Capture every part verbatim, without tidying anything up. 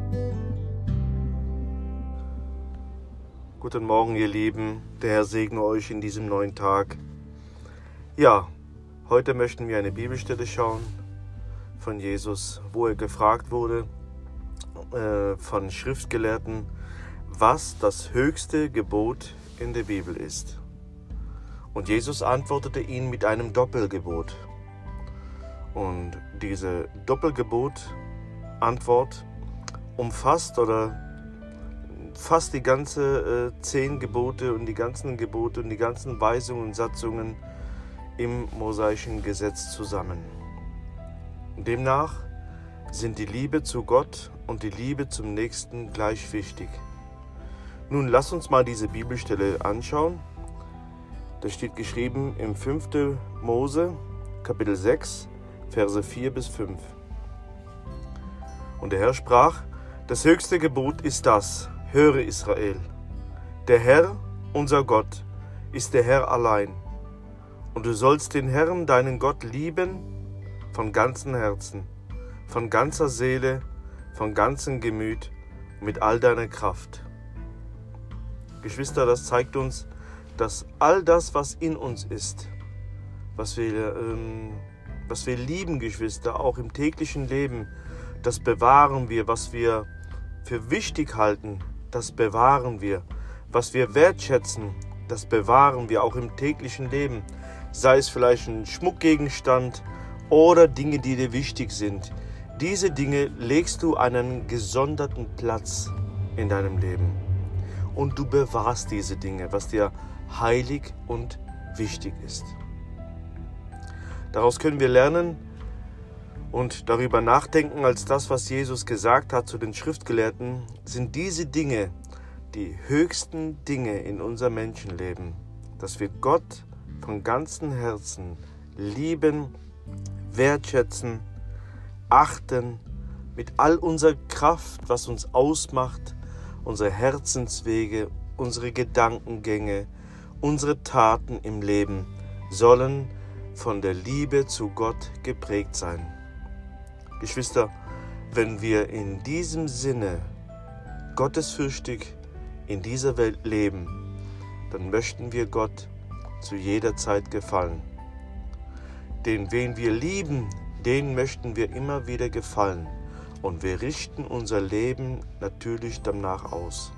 Guten Morgen, ihr Lieben. Der Herr segne euch in diesem neuen Tag. Ja, heute möchten wir eine Bibelstelle schauen von Jesus, wo er gefragt wurde äh, von Schriftgelehrten, was das höchste Gebot in der Bibel ist. Und Jesus antwortete ihnen mit einem Doppelgebot. Und diese Doppelgebot-Antwort umfasst oder fast die ganze äh, zehn Gebote und die ganzen Gebote und die ganzen Weisungen und Satzungen im mosaischen Gesetz zusammen. Demnach sind die Liebe zu Gott und die Liebe zum Nächsten gleich wichtig. Nun lass uns mal diese Bibelstelle anschauen. Da steht geschrieben im fünften Mose, Kapitel sechs, Verse vier bis fünf. Und der Herr sprach: Das höchste Gebot ist das: Höre Israel, der Herr, unser Gott, ist der Herr allein. Und du sollst den Herrn, deinen Gott, lieben von ganzem Herzen, von ganzer Seele, von ganzem Gemüt und mit all deiner Kraft. Geschwister, das zeigt uns, dass all das, was in uns ist, was wir, ähm, was wir lieben, Geschwister, auch im täglichen Leben, das bewahren wir, was wir für wichtig halten, das bewahren wir. Was wir wertschätzen, das bewahren wir auch im täglichen Leben. Sei es vielleicht ein Schmuckgegenstand oder Dinge, die dir wichtig sind. Diese Dinge legst du an einen gesonderten Platz in deinem Leben. Und du bewahrst diese Dinge, was dir heilig und wichtig ist. Daraus können wir lernen und darüber nachdenken, als das, was Jesus gesagt hat zu den Schriftgelehrten, sind diese Dinge die höchsten Dinge in unserem Menschenleben, dass wir Gott von ganzem Herzen lieben, wertschätzen, achten, mit all unserer Kraft, was uns ausmacht, unsere Herzenswege, unsere Gedankengänge, unsere Taten im Leben sollen von der Liebe zu Gott geprägt sein. Geschwister, wenn wir in diesem Sinne gottesfürchtig in dieser Welt leben, dann möchten wir Gott zu jeder Zeit gefallen. Den, wen wir lieben, den möchten wir immer wieder gefallen. Und wir richten unser Leben natürlich danach aus.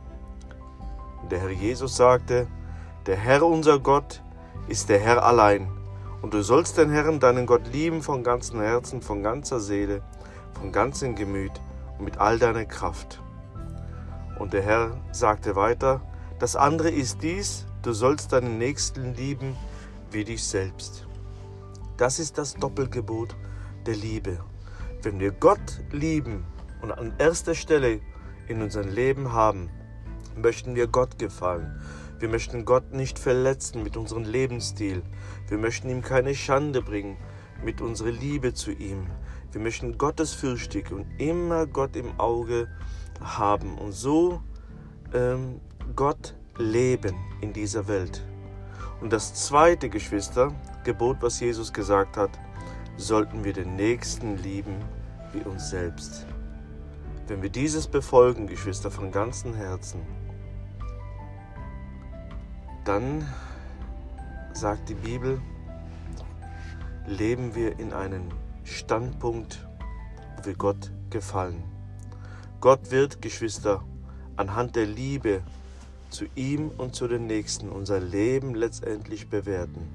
Der Herr Jesus sagte: Der Herr, unser Gott, ist der Herr allein. Und du sollst den Herrn, deinen Gott, lieben von ganzem Herzen, von ganzer Seele, von ganzem Gemüt und mit all deiner Kraft. Und der Herr sagte weiter: Das andere ist dies: Du sollst deinen Nächsten lieben wie dich selbst. Das ist das Doppelgebot der Liebe. Wenn wir Gott lieben und an erster Stelle in unserem Leben haben, möchten wir Gott gefallen. Wir möchten Gott nicht verletzen mit unserem Lebensstil. Wir möchten ihm keine Schande bringen mit unserer Liebe zu ihm. Wir möchten gottesfürchtig und immer Gott im Auge haben und so ähm, Gott leben in dieser Welt. Und das zweite, Geschwister, Gebot, was Jesus gesagt hat: sollten wir den Nächsten lieben wie uns selbst. Wenn wir dieses befolgen, Geschwister, von ganzem Herzen, dann, sagt die Bibel, leben wir in einem Standpunkt, wo wir Gott gefallen. Gott wird, Geschwister, anhand der Liebe zu ihm und zu den Nächsten unser Leben letztendlich bewerten.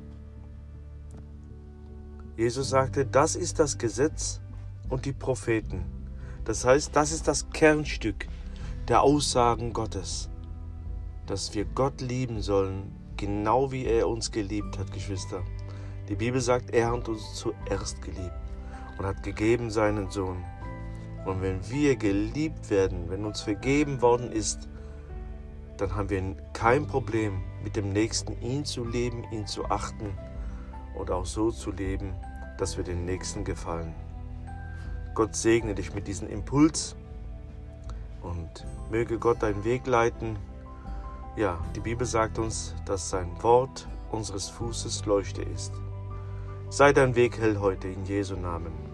Jesus sagte, das ist das Gesetz und die Propheten. Das heißt, das ist das Kernstück der Aussagen Gottes, dass wir Gott lieben sollen, genau wie er uns geliebt hat, Geschwister. Die Bibel sagt, er hat uns zuerst geliebt und hat gegeben seinen Sohn. Und wenn wir geliebt werden, wenn uns vergeben worden ist, dann haben wir kein Problem mit dem Nächsten, ihn zu lieben, ihn zu achten und auch so zu leben, dass wir dem Nächsten gefallen. Gott segne dich mit diesem Impuls und möge Gott deinen Weg leiten. Ja, die Bibel sagt uns, dass sein Wort unseres Fußes Leuchte ist. Sei dein Weg hell heute in Jesu Namen.